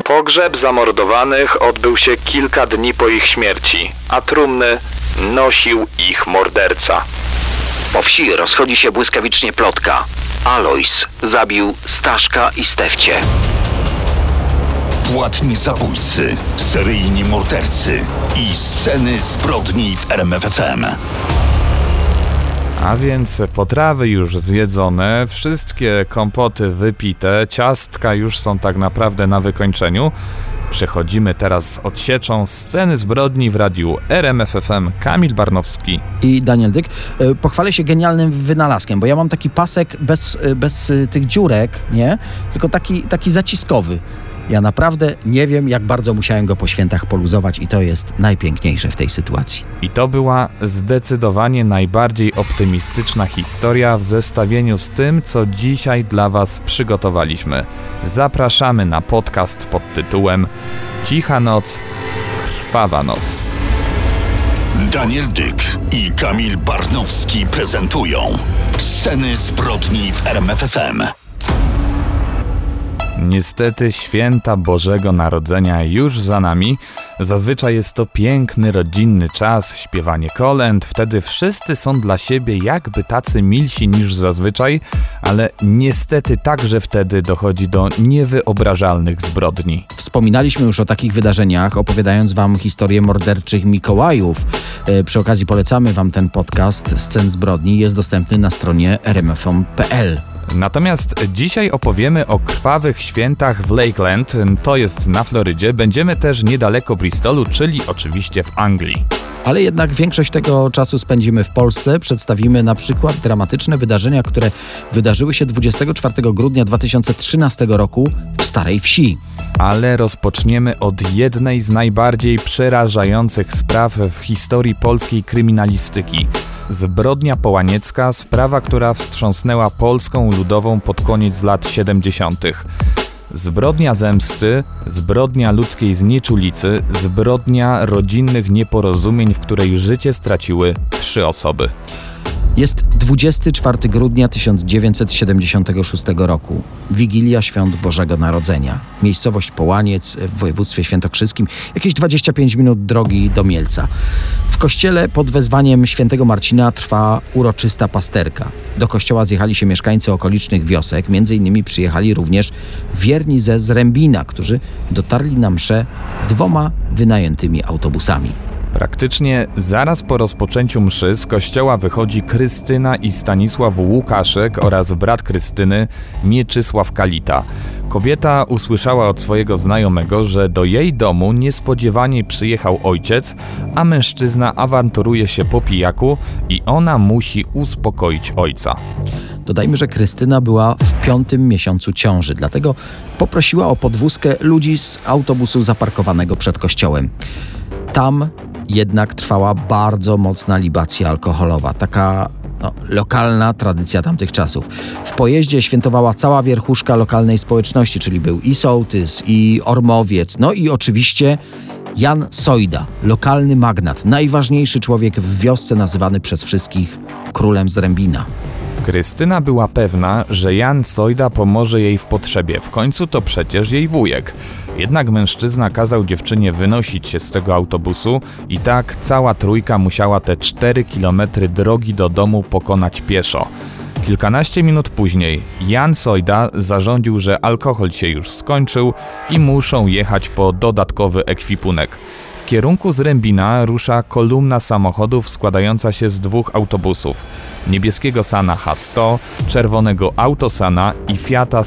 Pogrzeb zamordowanych odbył się kilka dni po ich śmierci, a trumny nosił ich morderca. Po wsi rozchodzi się błyskawicznie plotka. Alojz zabił Staszka i Stefcie. Płatni zabójcy, seryjni mordercy i sceny zbrodni w RMF FM. A więc potrawy już zjedzone, wszystkie kompoty wypite, ciastka już są tak naprawdę na wykończeniu. Przechodzimy teraz z odsieczą sceny zbrodni w radiu RMF FM. Kamil Barnowski i Daniel Dyk. Pochwalę się genialnym wynalazkiem, bo ja mam taki pasek bez tych dziurek, nie? Tylko taki zaciskowy. Ja naprawdę nie wiem, jak bardzo musiałem go po świętach poluzować i to jest najpiękniejsze w tej sytuacji. I to była zdecydowanie najbardziej optymistyczna historia w zestawieniu z tym, co dzisiaj dla Was przygotowaliśmy. Zapraszamy na podcast pod tytułem Cicha noc, krwawa noc. Daniel Dyk i Kamil Barnowski prezentują sceny zbrodni w RMF FM. Niestety święta Bożego Narodzenia już za nami. Zazwyczaj jest to piękny, rodzinny czas, śpiewanie kolęd. Wtedy wszyscy są dla siebie jakby tacy milsi niż zazwyczaj, ale niestety także wtedy dochodzi do niewyobrażalnych zbrodni. Wspominaliśmy już o takich wydarzeniach, opowiadając Wam historię morderczych Mikołajów. Przy okazji polecamy Wam ten podcast Scen zbrodni. Jest dostępny na stronie rmfm.pl. Natomiast dzisiaj opowiemy o krwawych świętach w Lakeland, to jest na Florydzie. Będziemy też niedaleko Bristolu, czyli oczywiście w Anglii. Ale jednak większość tego czasu spędzimy w Polsce. Przedstawimy na przykład dramatyczne wydarzenia, które wydarzyły się 24 grudnia 2013 roku w Starej Wsi. Ale rozpoczniemy od jednej z najbardziej przerażających spraw w historii polskiej kryminalistyki. Zbrodnia połaniecka, sprawa, która wstrząsnęła Polską ludową pod koniec lat 70. Zbrodnia zemsty, zbrodnia ludzkiej znieczulicy, zbrodnia rodzinnych nieporozumień, w której życie straciły 3 osoby. Jest 24 grudnia 1976 roku. Wigilia Świąt Bożego Narodzenia. Miejscowość Połaniec w województwie świętokrzyskim. Jakieś 25 minut drogi do Mielca. W kościele pod wezwaniem świętego Marcina trwa uroczysta pasterka. Do kościoła zjechali się mieszkańcy okolicznych wiosek. Między innymi przyjechali również wierni ze Zrębina, którzy dotarli na mszę 2 wynajętymi autobusami. Praktycznie zaraz po rozpoczęciu mszy z kościoła wychodzi Krystyna i Stanisław Łukaszek oraz brat Krystyny, Mieczysław Kalita. Kobieta usłyszała od swojego znajomego, że do jej domu niespodziewanie przyjechał ojciec, a mężczyzna awanturuje się po pijaku i ona musi uspokoić ojca. Dodajmy, że Krystyna była w 5. miesiącu ciąży, dlatego poprosiła o podwózkę ludzi z autobusu zaparkowanego przed kościołem. Tam jednak trwała bardzo mocna libacja alkoholowa, taka lokalna tradycja tamtych czasów. W pojeździe świętowała cała wierchuszka lokalnej społeczności, czyli był i sołtys, i ormowiec, no i oczywiście Jan Sojda, lokalny magnat, najważniejszy człowiek w wiosce, nazywany przez wszystkich królem Zrębina. Krystyna była pewna, że Jan Sojda pomoże jej w potrzebie, w końcu to przecież jej wujek. Jednak mężczyzna kazał dziewczynie wynosić się z tego autobusu i tak cała trójka musiała te 4 kilometry drogi do domu pokonać pieszo. Kilkanaście minut później Jan Sojda zarządził, że alkohol się już skończył i muszą jechać po dodatkowy ekwipunek. W kierunku Zrębina rusza kolumna samochodów składająca się z 2 autobusów. Niebieskiego Sana H100, czerwonego Autosana i Fiata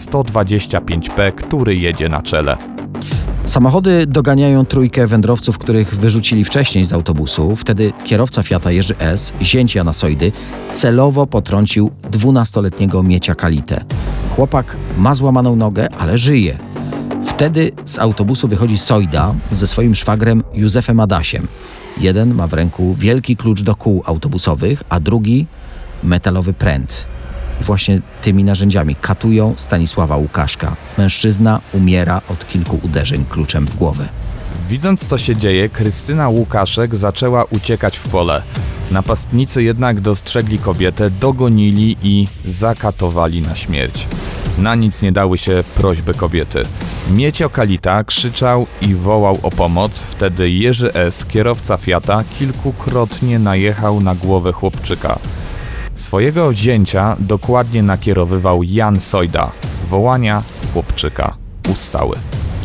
125P, który jedzie na czele. Samochody doganiają trójkę wędrowców, których wyrzucili wcześniej z autobusu. Wtedy kierowca Fiata Jerzy S., zięć Jana Sojdy, celowo potrącił 12-letniego Miecia Kalitę. Chłopak ma złamaną nogę, ale żyje. Wtedy z autobusu wychodzi Sojda ze swoim szwagrem Józefem Adasiem. Jeden ma w ręku wielki klucz do kół autobusowych, a drugi metalowy pręt. I właśnie tymi narzędziami katują Stanisława Łukaszka. Mężczyzna umiera od kilku uderzeń kluczem w głowę. Widząc, co się dzieje, Krystyna Łukaszek zaczęła uciekać w pole. Napastnicy jednak dostrzegli kobietę, dogonili i zakatowali na śmierć. Na nic nie dały się prośby kobiety. Miecio Kalita krzyczał i wołał o pomoc. Wtedy Jerzy S., kierowca Fiata, kilkukrotnie najechał na głowę chłopczyka. Swojego zięcia dokładnie nakierowywał Jan Sojda. Wołania chłopczyka ustały.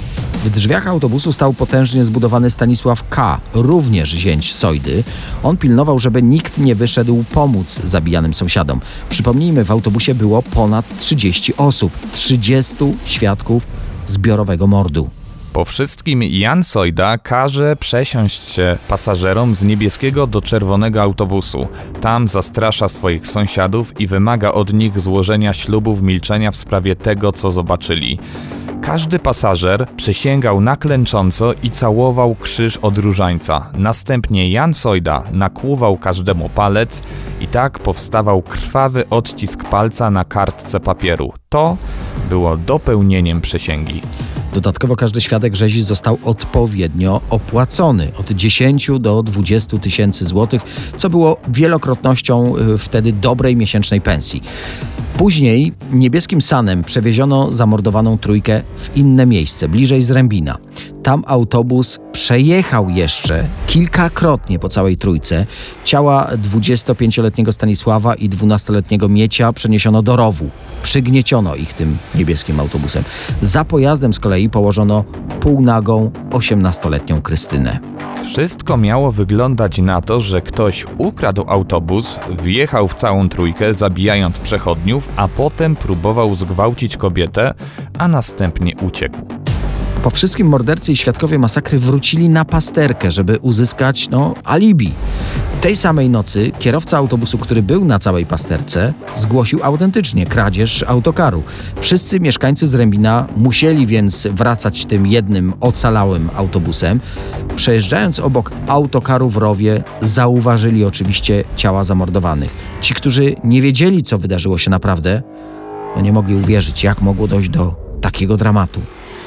W drzwiach autobusu stał potężnie zbudowany Stanisław K., również zięć Sojdy. On pilnował, żeby nikt nie wyszedł pomóc zabijanym sąsiadom. Przypomnijmy, w autobusie było ponad 30 osób, 30 świadków zbiorowego mordu. Po wszystkim Jan Sojda każe przesiąść się pasażerom z niebieskiego do czerwonego autobusu. Tam zastrasza swoich sąsiadów i wymaga od nich złożenia ślubów milczenia w sprawie tego, co zobaczyli. Każdy pasażer przysięgał na klęcząco i całował krzyż od różańca. Następnie Jan Sojda nakłuwał każdemu palec i tak powstawał krwawy odcisk palca na kartce papieru. To było dopełnieniem przysięgi. Dodatkowo każdy świadek rzezi został odpowiednio opłacony od 10 do 20 tysięcy złotych, co było wielokrotnością wtedy dobrej miesięcznej pensji. Później niebieskim sanem przewieziono zamordowaną trójkę w inne miejsce, bliżej Zrębina. Tam autobus przejechał jeszcze kilkakrotnie po całej trójce. Ciała 25-letniego Stanisława i 12-letniego Miecia przeniesiono do rowu. Przygnieciono ich tym niebieskim autobusem. Za pojazdem z kolei położono półnagą 18-letnią Krystynę. Wszystko miało wyglądać na to, że ktoś ukradł autobus, wjechał w całą trójkę, zabijając przechodniów, a potem próbował zgwałcić kobietę, a następnie uciekł. Po wszystkim mordercy i świadkowie masakry wrócili na pasterkę, żeby uzyskać alibi. Tej samej nocy kierowca autobusu, który był na całej pasterce, zgłosił autentycznie kradzież autokaru. Wszyscy mieszkańcy Zrębina musieli więc wracać tym jednym ocalałym autobusem. Przejeżdżając obok autokaru w rowie, zauważyli oczywiście ciała zamordowanych. Ci, którzy nie wiedzieli, co wydarzyło się naprawdę, nie mogli uwierzyć, jak mogło dojść do takiego dramatu.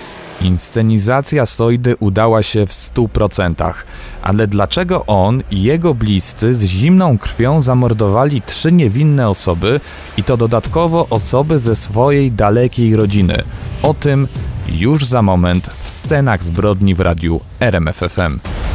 Inscenizacja Sojdy udała się w 100%, ale dlaczego on i jego bliscy z zimną krwią zamordowali 3 niewinne osoby i to dodatkowo osoby ze swojej dalekiej rodziny? O tym już za moment w Scenach zbrodni w radiu RMF FM.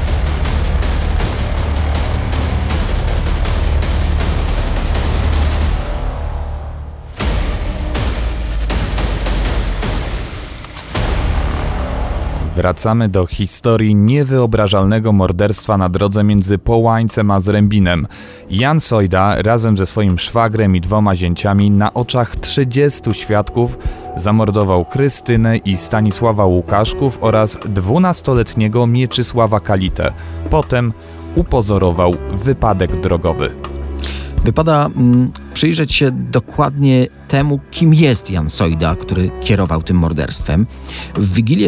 Wracamy do historii niewyobrażalnego morderstwa na drodze między Połańcem a Zrębinem. Jan Sojda razem ze swoim szwagrem i 2 zięciami na oczach 30 świadków zamordował Krystynę i Stanisława Łukaszków oraz 12-letniego Mieczysława Kalitę. Potem upozorował wypadek drogowy. Wypada przyjrzeć się dokładnie temu, kim jest Jan Sojda, który kierował tym morderstwem. W Wigilię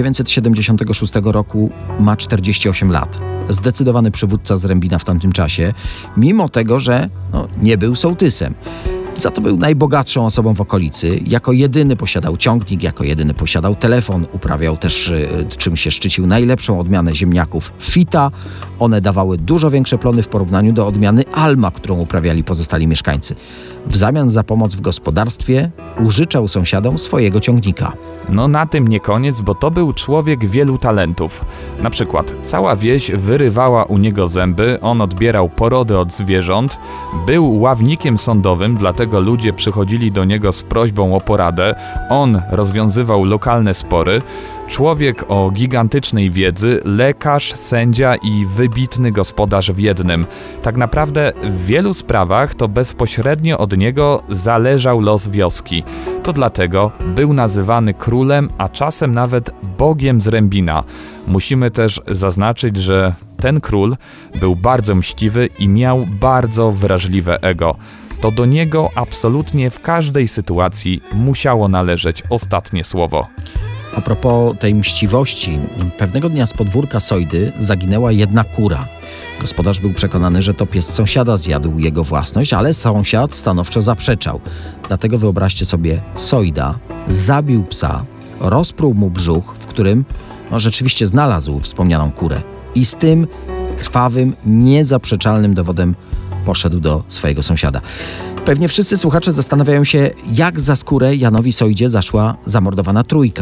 1976 roku ma 48 lat. Zdecydowany przywódca Zrębina w tamtym czasie, mimo tego, że nie był sołtysem. Za to był najbogatszą osobą w okolicy. Jako jedyny posiadał ciągnik, jako jedyny posiadał telefon. Uprawiał też, czym się szczycił, najlepszą odmianę ziemniaków Fita. One dawały dużo większe plony w porównaniu do odmiany Alma, którą uprawiali pozostali mieszkańcy. W zamian za pomoc w gospodarstwie użyczał sąsiadom swojego ciągnika. Na tym nie koniec, bo to był człowiek wielu talentów. Na przykład cała wieś wyrywała u niego zęby, on odbierał porody od zwierząt, był ławnikiem sądowym, dlatego ludzie przychodzili do niego z prośbą o poradę, on rozwiązywał lokalne spory. Człowiek o gigantycznej wiedzy, lekarz, sędzia i wybitny gospodarz w jednym. Tak naprawdę w wielu sprawach to bezpośrednio od niego zależał los wioski. To dlatego był nazywany królem, a czasem nawet Bogiem Zrębina. Musimy też zaznaczyć, że ten król był bardzo mściwy i miał bardzo wrażliwe ego. To do niego absolutnie w każdej sytuacji musiało należeć ostatnie słowo. A propos tej mściwości, pewnego dnia z podwórka Sojdy zaginęła jedna kura. Gospodarz był przekonany, że to pies sąsiada zjadł jego własność, ale sąsiad stanowczo zaprzeczał. Dlatego wyobraźcie sobie, Sojda zabił psa, rozpruł mu brzuch, w którym rzeczywiście znalazł wspomnianą kurę. I z tym krwawym, niezaprzeczalnym dowodem poszedł do swojego sąsiada. Pewnie wszyscy słuchacze zastanawiają się, jak za skórę Janowi Sojdzie zaszła zamordowana trójka.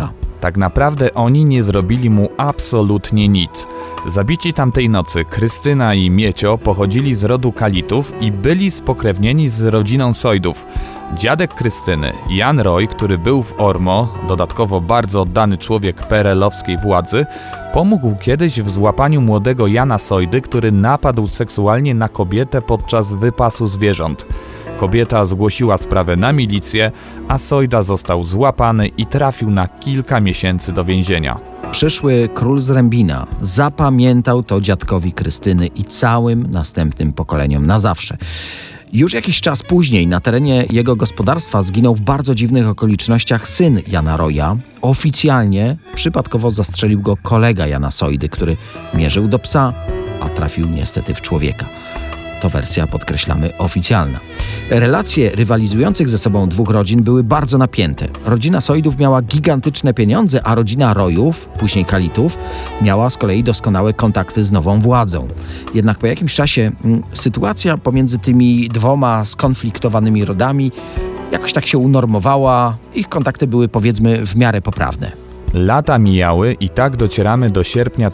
Tak naprawdę oni nie zrobili mu absolutnie nic. Zabici tamtej nocy Krystyna i Miecio pochodzili z rodu Kalitów i byli spokrewnieni z rodziną Sojdów. Dziadek Krystyny, Jan Roy, który był w Ormo, dodatkowo bardzo oddany człowiek PRL-owskiej władzy, pomógł kiedyś w złapaniu młodego Jana Sojdy, który napadł seksualnie na kobietę podczas wypasu zwierząt. Kobieta zgłosiła sprawę na milicję, a Sojda został złapany i trafił na kilka miesięcy do więzienia. Przyszły król z Rębina zapamiętał to dziadkowi Krystyny i całym następnym pokoleniom na zawsze. Już jakiś czas później na terenie jego gospodarstwa zginął w bardzo dziwnych okolicznościach syn Jana Roya. Oficjalnie przypadkowo zastrzelił go kolega Jana Sojdy, który mierzył do psa, a trafił niestety w człowieka. To wersja, podkreślamy, oficjalna. Relacje rywalizujących ze sobą dwóch rodzin były bardzo napięte. Rodzina Sojdów miała gigantyczne pieniądze, a rodzina Royów, później Kalitów, miała z kolei doskonałe kontakty z nową władzą. Jednak po jakimś czasie sytuacja pomiędzy tymi dwoma skonfliktowanymi rodami jakoś tak się unormowała. Ich kontakty były, powiedzmy, w miarę poprawne. Lata mijały i tak docieramy do sierpnia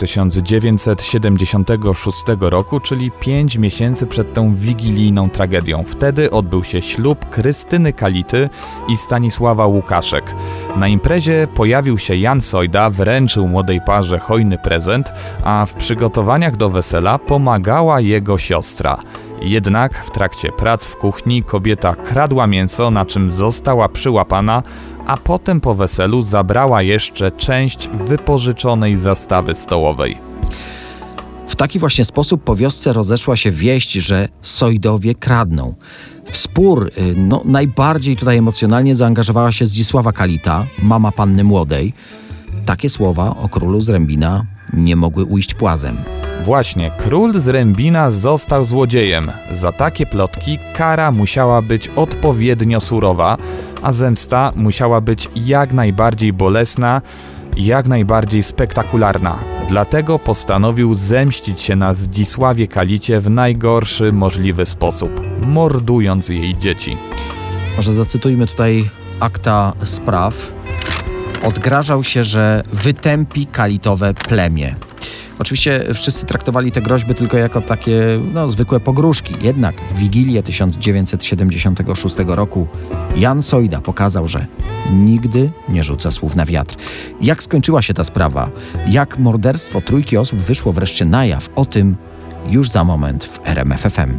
1976 roku, czyli 5 miesięcy przed tą wigilijną tragedią. Wtedy odbył się ślub Krystyny Kality i Stanisława Łukaszek. Na imprezie pojawił się Jan Sojda, wręczył młodej parze hojny prezent, a w przygotowaniach do wesela pomagała jego siostra. Jednak w trakcie prac w kuchni kobieta kradła mięso, na czym została przyłapana, a potem po weselu zabrała jeszcze część wypożyczonej zastawy stołowej. W taki właśnie sposób po wiosce rozeszła się wieść, że Sojdowie kradną. W spór najbardziej tutaj emocjonalnie zaangażowała się Zdzisława Kalita, mama panny młodej. Takie słowa o królu z Rębina nie mogły ujść płazem. Właśnie, król z Rębina został złodziejem. Za takie plotki kara musiała być odpowiednio surowa, a zemsta musiała być jak najbardziej bolesna, jak najbardziej spektakularna. Dlatego postanowił zemścić się na Zdzisławie Kalicie w najgorszy możliwy sposób, mordując jej dzieci. Może zacytujmy tutaj akta spraw. Odgrażał się, że wytępi kalitowe plemię. Oczywiście wszyscy traktowali te groźby tylko jako takie zwykłe pogróżki. Jednak w Wigilię 1976 roku Jan Sojda pokazał, że nigdy nie rzuca słów na wiatr. Jak skończyła się ta sprawa? Jak morderstwo trójki osób wyszło wreszcie na jaw? O tym już za moment w RMF FM.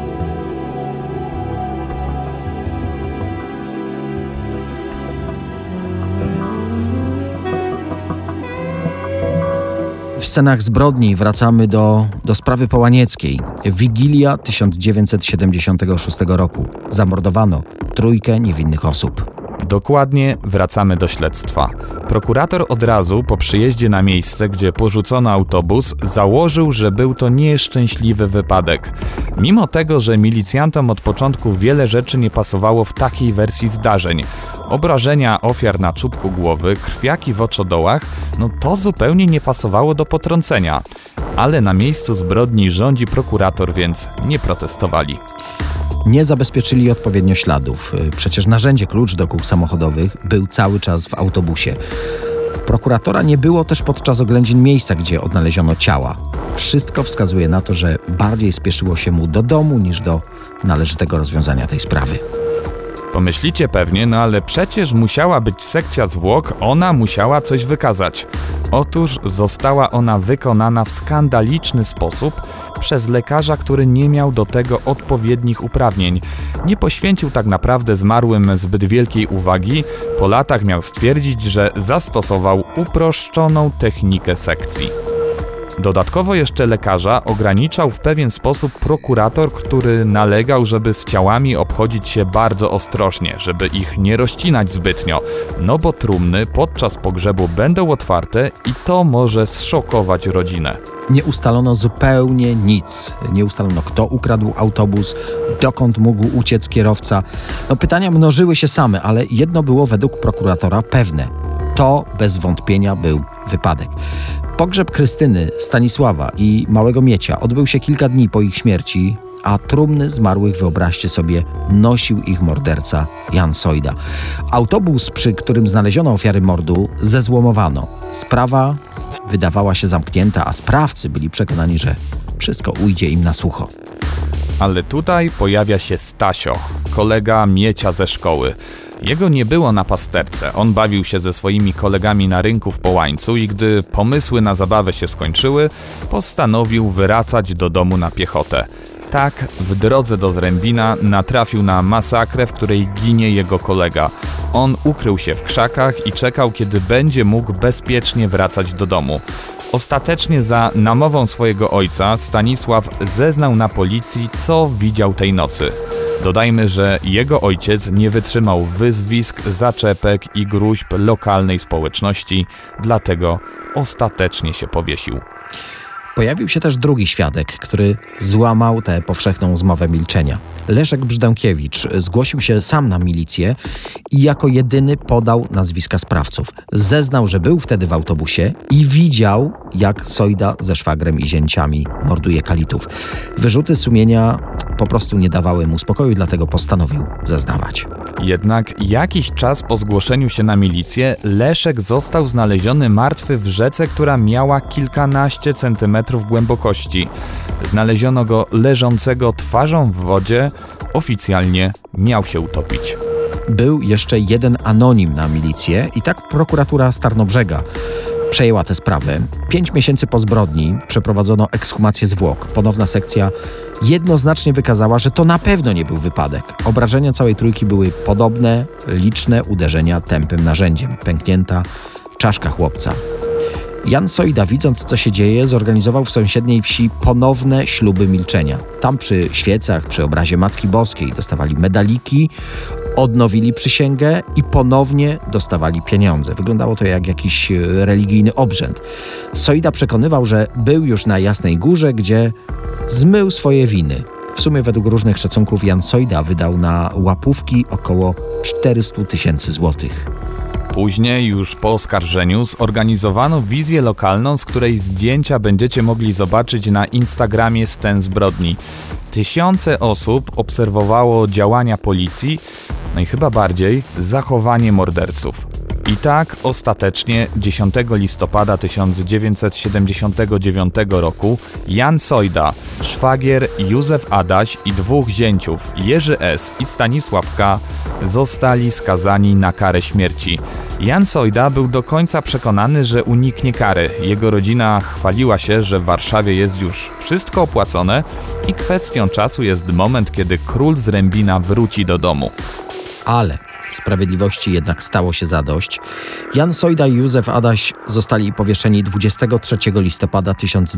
W scenach zbrodni wracamy do sprawy połanieckiej. Wigilia 1976 roku. Zamordowano trójkę niewinnych osób. Dokładnie, wracamy do śledztwa. Prokurator od razu po przyjeździe na miejsce, gdzie porzucono autobus, założył, że był to nieszczęśliwy wypadek. Mimo tego, że milicjantom od początku wiele rzeczy nie pasowało w takiej wersji zdarzeń. Obrażenia ofiar na czubku głowy, krwiaki w oczodołach, to zupełnie nie pasowało do potrącenia. Ale na miejscu zbrodni rządzi prokurator, więc nie protestowali. Nie zabezpieczyli odpowiednio śladów. Przecież narzędzie klucz do kół samochodowych był cały czas w autobusie. Prokuratora nie było też podczas oględzin miejsca, gdzie odnaleziono ciała. Wszystko wskazuje na to, że bardziej spieszyło się mu do domu niż do należytego rozwiązania tej sprawy. Pomyślicie pewnie, ale przecież musiała być sekcja zwłok, ona musiała coś wykazać. Otóż została ona wykonana w skandaliczny sposób przez lekarza, który nie miał do tego odpowiednich uprawnień. Nie poświęcił tak naprawdę zmarłym zbyt wielkiej uwagi. Po latach miał stwierdzić, że zastosował uproszczoną technikę sekcji. Dodatkowo jeszcze lekarza ograniczał w pewien sposób prokurator, który nalegał, żeby z ciałami obchodzić się bardzo ostrożnie, żeby ich nie rozcinać zbytnio, bo trumny podczas pogrzebu będą otwarte i to może zszokować rodzinę. Nie ustalono zupełnie nic. Nie ustalono, kto ukradł autobus, dokąd mógł uciec kierowca. Pytania mnożyły się same, ale jedno było według prokuratora pewne. To bez wątpienia był wypadek. Pogrzeb Krystyny, Stanisława i małego Miecia odbył się kilka dni po ich śmierci, a trumny zmarłych, wyobraźcie sobie, nosił ich morderca Jan Sojda. Autobus, przy którym znaleziono ofiary mordu, zezłomowano. Sprawa wydawała się zamknięta, a sprawcy byli przekonani, że wszystko ujdzie im na sucho. Ale tutaj pojawia się Stasio, kolega Miecia ze szkoły. Jego nie było na pasterce, on bawił się ze swoimi kolegami na rynku w Połańcu i gdy pomysły na zabawę się skończyły, postanowił wracać do domu na piechotę. Tak, w drodze do Zrębina natrafił na masakrę, w której ginie jego kolega. On ukrył się w krzakach i czekał, kiedy będzie mógł bezpiecznie wracać do domu. Ostatecznie za namową swojego ojca Stanisław zeznał na policji, co widział tej nocy. Dodajmy, że jego ojciec nie wytrzymał wyzwisk, zaczepek i gróźb lokalnej społeczności, dlatego ostatecznie się powiesił. Pojawił się też drugi świadek, który złamał tę powszechną zmowę milczenia. Leszek Brzdękiewicz zgłosił się sam na milicję i jako jedyny podał nazwiska sprawców. Zeznał, że był wtedy w autobusie i widział, jak Sojda ze szwagrem i zięciami morduje kalitów. Wyrzuty sumienia po prostu nie dawały mu spokoju, dlatego postanowił zeznawać. Jednak jakiś czas po zgłoszeniu się na milicję Leszek został znaleziony martwy w rzece, która miała kilkanaście centymetrów głębokości. Znaleziono go leżącego twarzą w wodzie, oficjalnie miał się utopić. Był jeszcze jeden anonim na milicję i tak prokuratura Starnobrzega przejęła tę sprawę. 5 miesięcy po zbrodni przeprowadzono ekshumację zwłok. Ponowna sekcja jednoznacznie wykazała, że to na pewno nie był wypadek. Obrażenia całej trójki były podobne, liczne uderzenia tępym narzędziem, pęknięta czaszka chłopca. Jan Sojda, widząc co się dzieje, zorganizował w sąsiedniej wsi ponowne śluby milczenia. Tam przy świecach, przy obrazie Matki Boskiej dostawali medaliki, odnowili przysięgę i ponownie dostawali pieniądze. Wyglądało to jak jakiś religijny obrzęd. Sojda przekonywał, że był już na Jasnej Górze, gdzie zmył swoje winy. W sumie według różnych szacunków Jan Sojda wydał na łapówki około 400 000 złotych. Później, już po oskarżeniu, zorganizowano wizję lokalną, z której zdjęcia będziecie mogli zobaczyć na Instagramie Scen Zbrodni. Tysiące osób obserwowało działania policji, no i chyba bardziej zachowanie morderców. I tak ostatecznie 10 listopada 1979 roku Jan Sojda, szwagier Józef Adaś i 2 zięciów Jerzy S. i Stanisław K. zostali skazani na karę śmierci. Jan Sojda był do końca przekonany, że uniknie kary. Jego rodzina chwaliła się, że w Warszawie jest już wszystko opłacone i kwestią czasu jest moment, kiedy król z Rębina wróci do domu. Ale sprawiedliwości jednak stało się zadość. Jan Sojda i Józef Adaś zostali powieszeni 23 listopada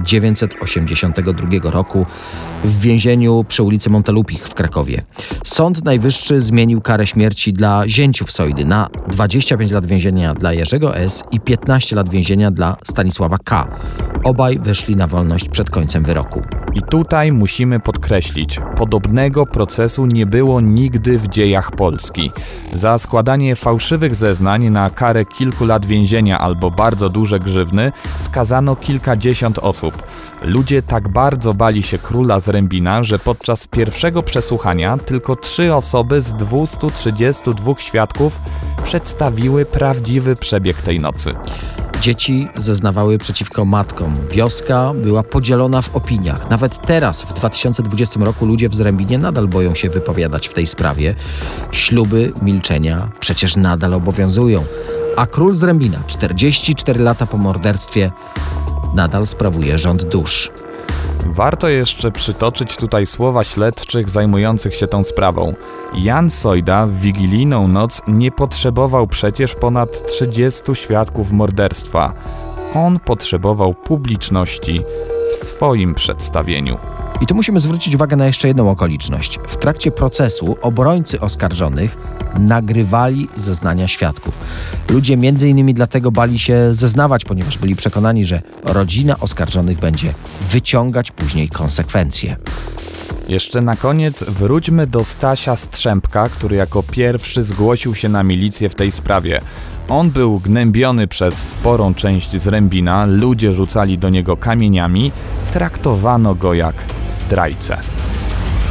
1982 roku w więzieniu przy ulicy Montelupich w Krakowie. Sąd Najwyższy zmienił karę śmierci dla zięciów Sojdy na 25 lat więzienia dla Jerzego S. i 15 lat więzienia dla Stanisława K. Obaj wyszli na wolność przed końcem wyroku. I tutaj musimy podkreślić, podobnego procesu nie było nigdy w dziejach Polski. Za składanie fałszywych zeznań na karę kilku lat więzienia albo bardzo duże grzywny skazano kilkadziesiąt osób. Ludzie tak bardzo bali się króla z Rębina, że podczas pierwszego przesłuchania tylko 3 osoby z 232 świadków przedstawiły prawdziwy przebieg tej nocy. Dzieci zeznawały przeciwko matkom. Wioska była podzielona w opiniach. Nawet teraz, w 2020 roku, ludzie w Zrębinie nadal boją się wypowiadać w tej sprawie. Śluby milczenia przecież nadal obowiązują. A król z Rębina, 44 lata po morderstwie, nadal sprawuje rząd dusz. Warto jeszcze przytoczyć tutaj słowa śledczych zajmujących się tą sprawą. Jan Sojda w wigilijną noc nie potrzebował przecież ponad 30 świadków morderstwa. On potrzebował publiczności w swoim przedstawieniu. I tu musimy zwrócić uwagę na jeszcze jedną okoliczność. W trakcie procesu obrońcy oskarżonych nagrywali zeznania świadków. Ludzie m.in. dlatego bali się zeznawać, ponieważ byli przekonani, że rodzina oskarżonych będzie wyciągać później konsekwencje. Jeszcze na koniec wróćmy do Stasia Strzępka, który jako pierwszy zgłosił się na milicję w tej sprawie. On był gnębiony przez sporą część Zrębina, ludzie rzucali do niego kamieniami, traktowano go jak zdrajcę.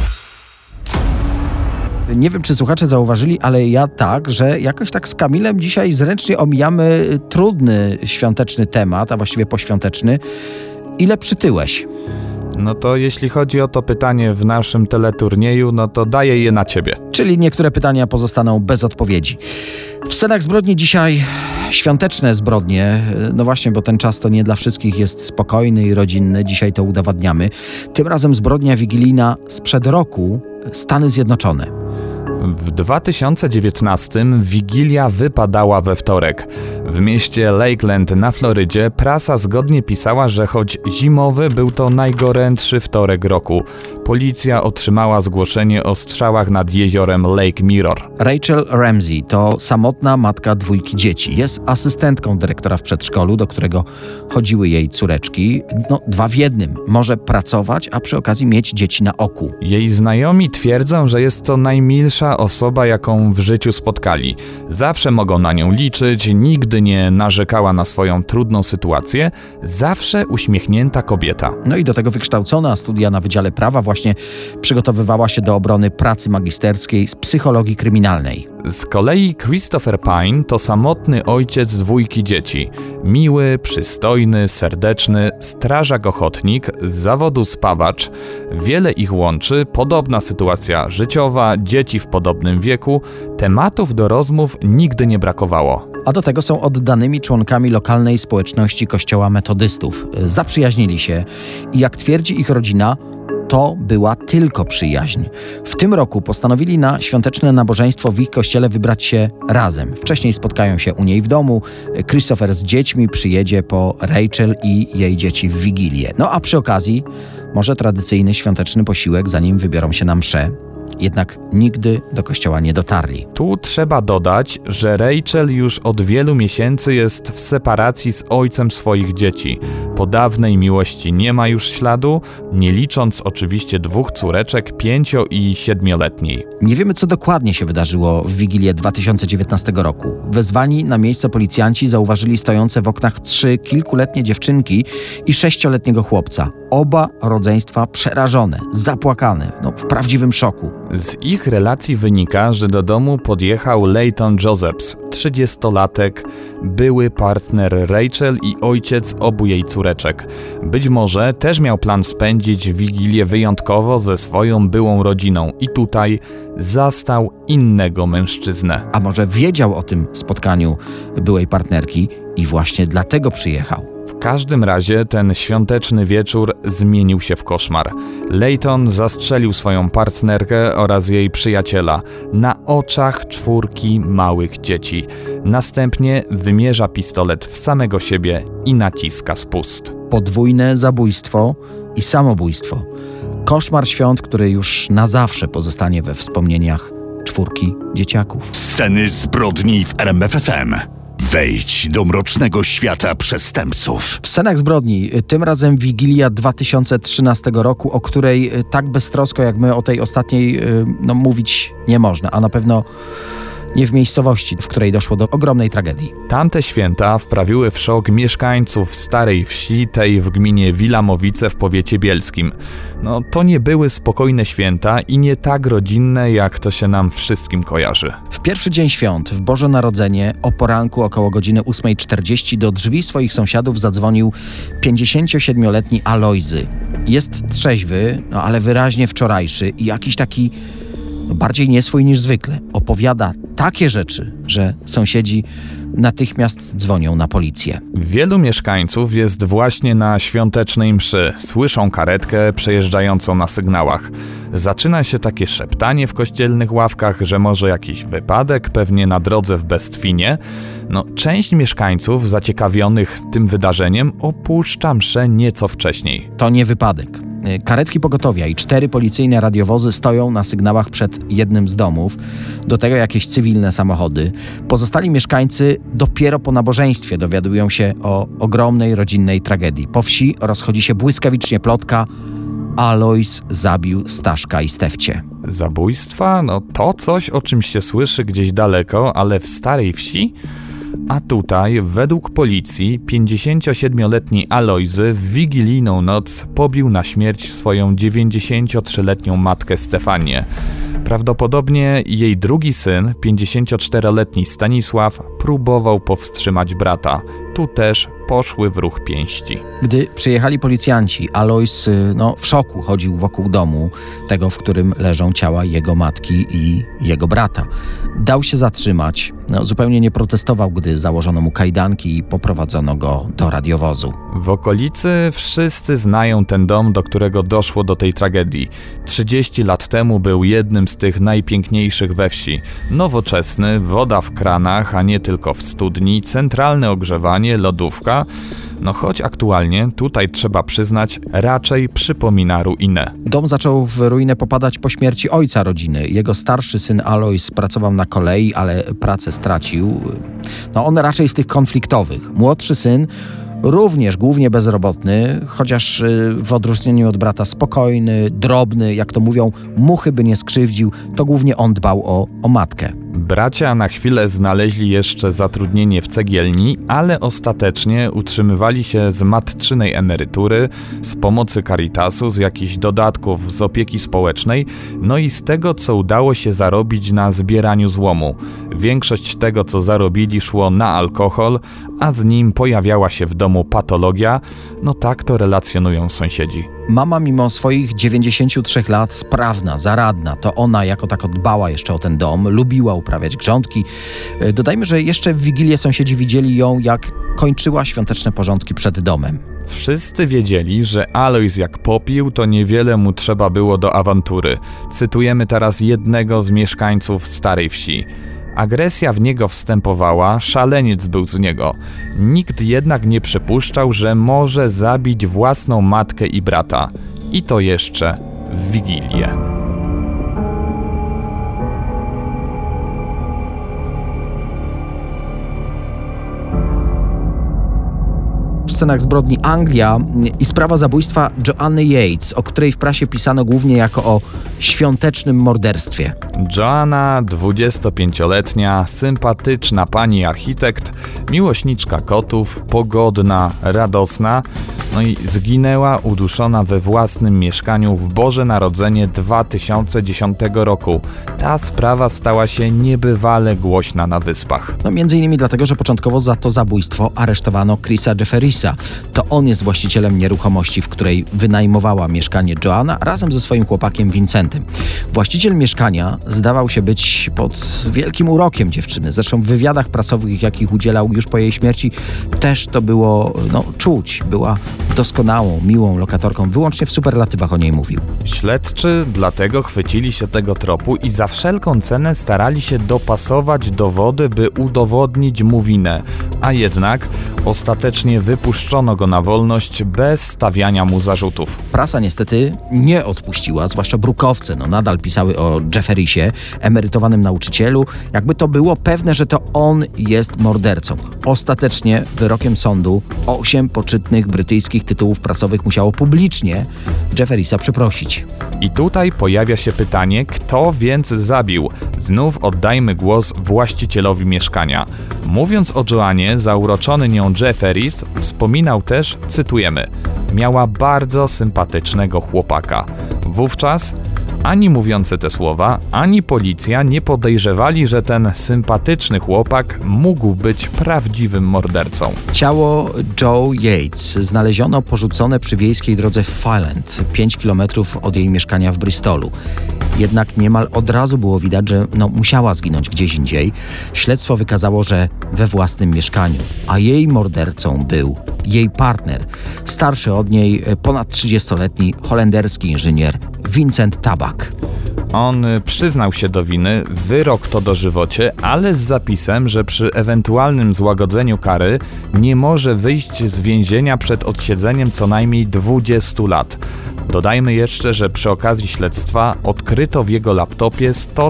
Nie wiem, czy słuchacze zauważyli, ale ja tak, że jakoś tak z Kamilem dzisiaj zręcznie omijamy trudny świąteczny temat, a właściwie poświąteczny. Ile przytyłeś? No to jeśli chodzi o to pytanie w naszym teleturnieju, no to daję je na ciebie. Czyli niektóre pytania pozostaną bez odpowiedzi. W scenach zbrodni dzisiaj świąteczne zbrodnie. No właśnie, bo ten czas to nie dla wszystkich jest spokojny i rodzinny. Dzisiaj to udowadniamy. Tym razem zbrodnia wigilijna sprzed roku. Stany Zjednoczone. W 2019 Wigilia wypadała we wtorek. W mieście Lakeland na Florydzie prasa zgodnie pisała, że choć zimowy, był to najgorętszy wtorek roku. Policja otrzymała zgłoszenie o strzałach nad jeziorem Lake Mirror. Rachel Ramsey to samotna matka 2 dzieci. Jest asystentką dyrektora w przedszkolu, do którego chodziły jej córeczki. 2 w 1. Może pracować, a przy okazji mieć dzieci na oku. Jej znajomi twierdzą, że jest to najmilsza osoba, jaką w życiu spotkali. Zawsze mogą na nią liczyć, nigdy nie narzekała na swoją trudną sytuację, zawsze uśmiechnięta kobieta. No i do tego wykształcona, studia na Wydziale Prawa, właśnie przygotowywała się do obrony pracy magisterskiej z psychologii kryminalnej. Z kolei Christopher Pine to samotny ojciec 2 dzieci. Miły, przystojny, serdeczny, strażak ochotnik, z zawodu spawacz. Wiele ich łączy, podobna sytuacja życiowa, dzieci w podobnym wieku. Tematów do rozmów nigdy nie brakowało. A do tego są oddanymi członkami lokalnej społeczności kościoła metodystów. Zaprzyjaźnili się i jak twierdzi ich rodzina, to była tylko przyjaźń. W tym roku postanowili na świąteczne nabożeństwo w ich kościele wybrać się razem. Wcześniej spotkają się u niej w domu. Christopher z dziećmi przyjedzie po Rachel i jej dzieci w Wigilię. No a przy okazji może tradycyjny świąteczny posiłek, zanim wybiorą się na mszę. Jednak nigdy do kościoła nie dotarli. Tu trzeba dodać, że Rachel już od wielu miesięcy jest w separacji z ojcem swoich dzieci. Po dawnej miłości nie ma już śladu, nie licząc oczywiście 2 córeczek, 5- i 7-letniej. Nie wiemy, co dokładnie się wydarzyło w Wigilię 2019 roku. Wezwani na miejsce policjanci zauważyli stojące w oknach 3 kilkuletnie dziewczynki i 6-letniego chłopca. Oba rodzeństwa przerażone, zapłakane, w prawdziwym szoku. Z ich relacji wynika, że do domu podjechał Leighton Josephs, 30-latek, były partner Rachel i ojciec obu jej córeczek. Być może też miał plan spędzić Wigilię wyjątkowo ze swoją byłą rodziną i tutaj zastał innego mężczyznę. A może wiedział o tym spotkaniu byłej partnerki i właśnie dlatego przyjechał. W każdym razie ten świąteczny wieczór zmienił się w koszmar. Leighton zastrzelił swoją partnerkę oraz jej przyjaciela na oczach 4 małych dzieci. Następnie wymierza pistolet w samego siebie i naciska spust. Podwójne zabójstwo i samobójstwo. Koszmar świąt, który już na zawsze pozostanie we wspomnieniach 4 dzieciaków. Sceny zbrodni w RMF FM. Wejdź do mrocznego świata przestępców. W scenach zbrodni, tym razem Wigilia 2013 roku, o której tak beztrosko jak my o tej ostatniej mówić nie można, a na pewno nie w miejscowości, w której doszło do ogromnej tragedii. Tamte święta wprawiły w szok mieszkańców Starej Wsi, tej w gminie Wilamowice w powiecie bielskim. To nie były spokojne święta i nie tak rodzinne, jak to się nam wszystkim kojarzy. W pierwszy dzień świąt, w Boże Narodzenie, o poranku około godziny 8:40 do drzwi swoich sąsiadów zadzwonił 57-letni Alojzy. Jest trzeźwy, ale wyraźnie wczorajszy i jakiś taki bardziej nieswój niż zwykle. Opowiada takie rzeczy, że sąsiedzi natychmiast dzwonią na policję. Wielu mieszkańców jest właśnie na świątecznej mszy. Słyszą karetkę przejeżdżającą na sygnałach. Zaczyna się takie szeptanie w kościelnych ławkach, że może jakiś wypadek, pewnie na drodze w Bestwinie. Część mieszkańców zaciekawionych tym wydarzeniem opuszcza mszę nieco wcześniej. To nie wypadek. Karetki pogotowia i 4 policyjne radiowozy stoją na sygnałach przed jednym z domów. Do tego jakieś cywilne samochody. Pozostali mieszkańcy dopiero po nabożeństwie dowiadują się o ogromnej rodzinnej tragedii. Po wsi rozchodzi się błyskawicznie plotka: Alojz zabił Staszka i Stefcie. Zabójstwa? To coś, o czym się słyszy gdzieś daleko, ale w Starej Wsi? A tutaj, według policji, 57-letni Alojzy w wigilijną noc pobił na śmierć swoją 93-letnią matkę Stefanię. Prawdopodobnie jej drugi syn, 54-letni Stanisław, próbował powstrzymać brata. Tu też poszły w ruch pięści. Gdy przyjechali policjanci, Alojz w szoku chodził wokół domu, tego, w którym leżą ciała jego matki i jego brata. Dał się zatrzymać, zupełnie nie protestował, gdy założono mu kajdanki i poprowadzono go do radiowozu. W okolicy wszyscy znają ten dom, do którego doszło do tej tragedii. 30 lat temu był jednym z tych najpiękniejszych we wsi. Nowoczesny, woda w kranach, a nie tylko w studni, centralne ogrzewanie, lodówka. Choć aktualnie, tutaj trzeba przyznać, raczej przypomina ruinę. Dom zaczął w ruinę popadać po śmierci ojca rodziny. Jego starszy syn Alojz pracował na kolei, ale pracę stracił. On raczej z tych konfliktowych. Młodszy syn również głównie bezrobotny, chociaż w odróżnieniu od brata spokojny, drobny, jak to mówią, muchy by nie skrzywdził, to głównie on dbał o matkę. Bracia na chwilę znaleźli jeszcze zatrudnienie w cegielni, ale ostatecznie utrzymywali się z matczynej emerytury, z pomocy Caritasu, z jakichś dodatków z opieki społecznej, i z tego, co udało się zarobić na zbieraniu złomu. Większość tego, co zarobili, szło na alkohol, a z nim pojawiała się w domu patologia. Tak to relacjonują sąsiedzi. Mama mimo swoich 93 lat sprawna, zaradna, to ona jako tako dbała jeszcze o ten dom, lubiła uprawiać grządki. Dodajmy, że jeszcze w Wigilię sąsiedzi widzieli ją, jak kończyła świąteczne porządki przed domem. Wszyscy wiedzieli, że Alojz jak popił, to niewiele mu trzeba było do awantury. Cytujemy teraz jednego z mieszkańców Starej Wsi. Agresja w niego wstępowała, szaleniec był z niego. Nikt jednak nie przypuszczał, że może zabić własną matkę i brata. I to jeszcze w Wigilię. W scenach zbrodni Anglia i sprawa zabójstwa Joanny Yates, o której w prasie pisano głównie jako o świątecznym morderstwie. Joanna, 25-letnia, sympatyczna pani architekt, miłośniczka kotów, pogodna, radosna, i zginęła uduszona we własnym mieszkaniu w Boże Narodzenie 2010 roku. Ta sprawa stała się niebywale głośna na Wyspach. Między innymi dlatego, że początkowo za to zabójstwo aresztowano Chrisa Jefferisa. To on jest właścicielem nieruchomości, w której wynajmowała mieszkanie Joanna razem ze swoim chłopakiem Vincentem. Właściciel mieszkania zdawał się być pod wielkim urokiem dziewczyny. Zresztą w wywiadach prasowych, jakich udzielał już po jej śmierci, też to było czuć. Była doskonałą, miłą lokatorką. Wyłącznie w superlatywach o niej mówił. Śledczy dlatego chwycili się tego tropu i za wszelką cenę starali się dopasować dowody, by udowodnić mu winę. A jednak ostatecznie wypuszczono go na wolność bez stawiania mu zarzutów. Prasa niestety nie odpuściła, zwłaszcza brukowce. Nadal pisały o Jefferisie, emerytowanym nauczycielu. Jakby to było pewne, że to on jest mordercą. Ostatecznie wyrokiem sądu 8 poczytnych brytyjskich tytułów prasowych musiało publicznie Jefferisa przeprosić. I tutaj pojawia się pytanie, kto więc zabił? Znów oddajmy głos właścicielowi mieszkania. Mówiąc o Joannie, zauroczony nią Jefferis wspominał też, cytujemy, miała bardzo sympatycznego chłopaka. Wówczas ani mówiący te słowa, ani policja nie podejrzewali, że ten sympatyczny chłopak mógł być prawdziwym mordercą. Ciało Joe Yates znaleziono porzucone przy wiejskiej drodze w Fireland, 5 km od jej mieszkania w Bristolu. Jednak niemal od razu było widać, że musiała zginąć gdzieś indziej. Śledztwo wykazało, że we własnym mieszkaniu, a jej mordercą był jej partner, starszy od niej, ponad 30-letni holenderski inżynier Vincent Tabak. On przyznał się do winy, wyrok to dożywocie, ale z zapisem, że przy ewentualnym złagodzeniu kary nie może wyjść z więzienia przed odsiedzeniem co najmniej 20 lat. Dodajmy jeszcze, że przy okazji śledztwa odkryto w jego laptopie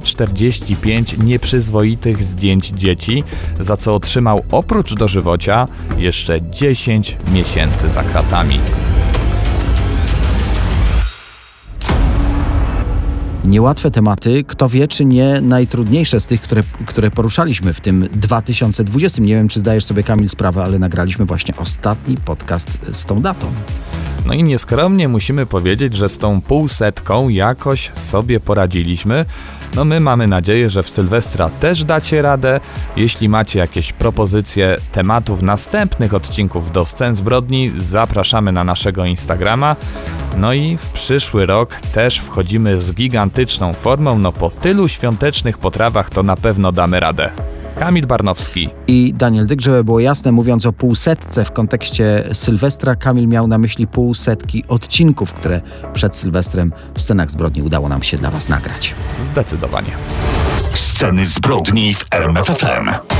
145 nieprzyzwoitych zdjęć dzieci, za co otrzymał oprócz dożywocia jeszcze 10 miesięcy za kratami. Niełatwe tematy, kto wie, czy nie najtrudniejsze z tych, które poruszaliśmy w tym 2020. Nie wiem, czy zdajesz sobie, Kamil, sprawę, ale nagraliśmy właśnie ostatni podcast z tą datą. No i nieskromnie musimy powiedzieć, że z tą 500 jakoś sobie poradziliśmy. No my mamy nadzieję, że w Sylwestra też dacie radę. Jeśli macie jakieś propozycje tematów następnych odcinków do Scen Zbrodni, zapraszamy na naszego Instagrama. No i w przyszły rok też wchodzimy z gigantyczną formą. No po tylu świątecznych potrawach to na pewno damy radę. Kamil Barnowski i Daniel Dyk, żeby było jasne, mówiąc o 500 w kontekście Sylwestra, Kamil miał na myśli 500 odcinków, które przed Sylwestrem w Scenach Zbrodni udało nam się dla Was nagrać. Zdecydowanie. Sceny Zbrodni w RMF FM.